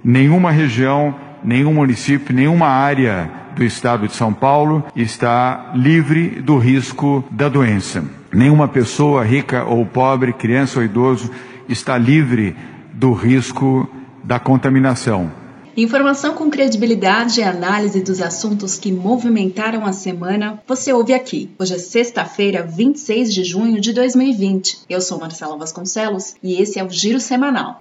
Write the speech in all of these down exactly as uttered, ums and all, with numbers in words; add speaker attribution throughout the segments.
Speaker 1: Nenhuma região, nenhum município, nenhuma área do estado de São Paulo está livre do risco da doença. Nenhuma pessoa, rica ou pobre, criança ou idoso, está livre do risco da contaminação.
Speaker 2: Informação com credibilidade e análise dos assuntos que movimentaram a semana, você ouve aqui. Hoje é sexta-feira, vinte e seis de junho de dois mil e vinte. Eu sou Marcela Vasconcelos e esse é o Giro Semanal.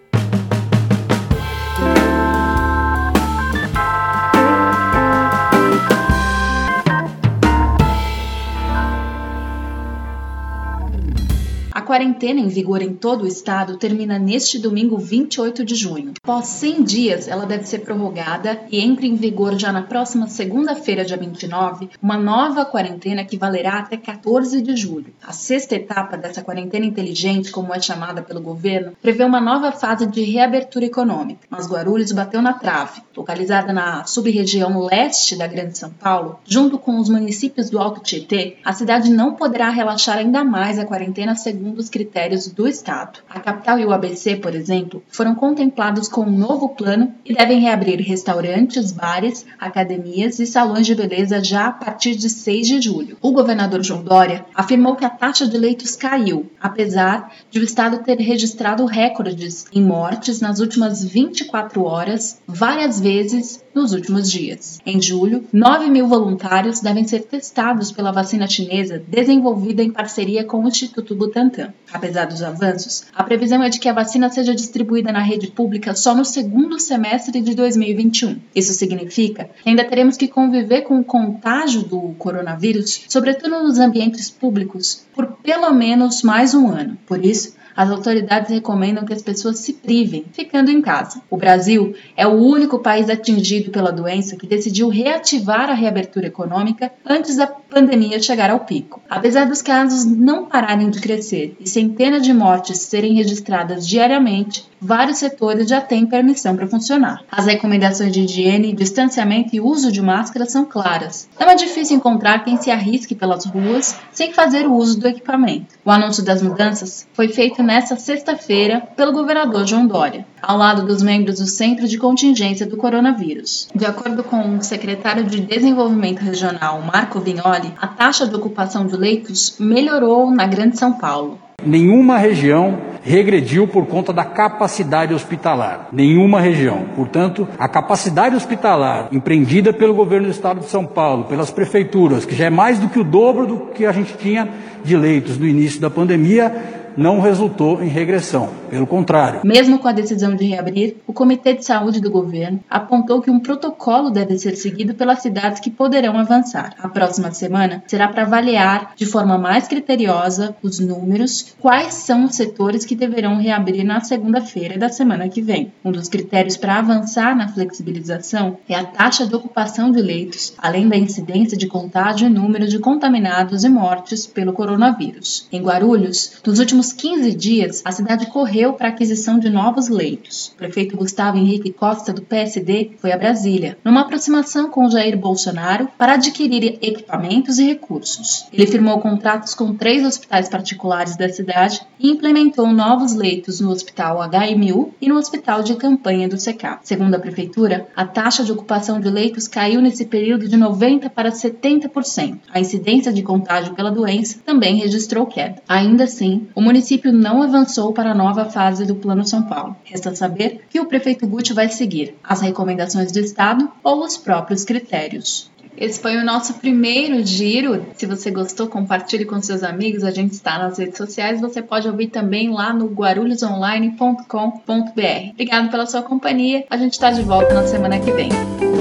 Speaker 2: A quarentena em vigor em todo o estado termina neste domingo vinte e oito de junho. Após cem dias, ela deve ser prorrogada e entra em vigor já na próxima segunda-feira, dia vinte e nove, uma nova quarentena que valerá até quatorze de julho. A sexta etapa dessa quarentena inteligente, como é chamada pelo governo, prevê uma nova fase de reabertura econômica. Mas Guarulhos bateu na trave. Localizada na sub-região leste da Grande São Paulo, junto com os municípios do Alto Tietê, a cidade não poderá relaxar ainda mais a quarentena segundo os critérios do Estado. A capital e o A B C, por exemplo, foram contemplados com um novo plano e devem reabrir restaurantes, bares, academias e salões de beleza já a partir de seis de julho. O governador João Dória afirmou que a taxa de leitos caiu, apesar de o Estado ter registrado recordes em mortes nas últimas vinte e quatro horas, várias vezes nos últimos dias. Em julho, nove mil voluntários devem ser testados pela vacina chinesa desenvolvida em parceria com o Instituto Butantan. Apesar dos avanços, a previsão é de que a vacina seja distribuída na rede pública só no segundo semestre de dois mil e vinte e um. Isso significa que ainda teremos que conviver com o contágio do coronavírus, sobretudo nos ambientes públicos, por pelo menos mais um ano. Por isso, as autoridades recomendam que as pessoas se privem, ficando em casa. O Brasil é o único país atingido pela doença que decidiu reativar a reabertura econômica antes da pandemia chegar ao pico. Apesar dos casos não pararem de crescer e centenas de mortes serem registradas diariamente, vários setores já têm permissão para funcionar. As recomendações de higiene, distanciamento e uso de máscara são claras. Não é difícil encontrar quem se arrisque pelas ruas sem fazer o uso do equipamento. O anúncio das mudanças foi feito nesta sexta-feira pelo governador João Dória, ao lado dos membros do Centro de Contingência do Coronavírus. De acordo com o secretário de Desenvolvimento Regional, Marco Vignoli, a taxa de ocupação de leitos melhorou na Grande São Paulo.
Speaker 3: Nenhuma região regrediu por conta da capacidade hospitalar. Nenhuma região. Portanto, a capacidade hospitalar empreendida pelo governo do estado de São Paulo, pelas prefeituras, que já é mais do que o dobro do que a gente tinha de leitos no início da pandemia, não resultou em regressão, pelo contrário.
Speaker 2: Mesmo com a decisão de reabrir, o Comitê de Saúde do governo apontou que um protocolo deve ser seguido pelas cidades que poderão avançar. A próxima semana será para avaliar de forma mais criteriosa os números, quais são os setores que deverão reabrir na segunda-feira da semana que vem. Um dos critérios para avançar na flexibilização é a taxa de ocupação de leitos, além da incidência de contágio e número de contaminados e mortes pelo coronavírus. Em Guarulhos, nos últimos quinze dias, a cidade correu para a aquisição de novos leitos. O prefeito Gustavo Henrique Costa, do P S D, foi a Brasília, numa aproximação com Jair Bolsonaro para adquirir equipamentos e recursos. Ele firmou contratos com três hospitais particulares da cidade e implementou novos leitos no Hospital H M U e no Hospital de Campanha do SECAP. Segundo a prefeitura, a taxa de ocupação de leitos caiu nesse período de noventa por cento para setenta por cento. A incidência de contágio pela doença também registrou queda. Ainda assim, o O município não avançou para a nova fase do Plano São Paulo. Resta saber que o prefeito Guti vai seguir as recomendações do Estado ou os próprios critérios. Esse foi o nosso primeiro giro. Se você gostou, compartilhe com seus amigos. A gente está nas redes sociais. Você pode ouvir também lá no guarulhos online ponto com ponto b r. Obrigado pela sua companhia. A gente está de volta na semana que vem.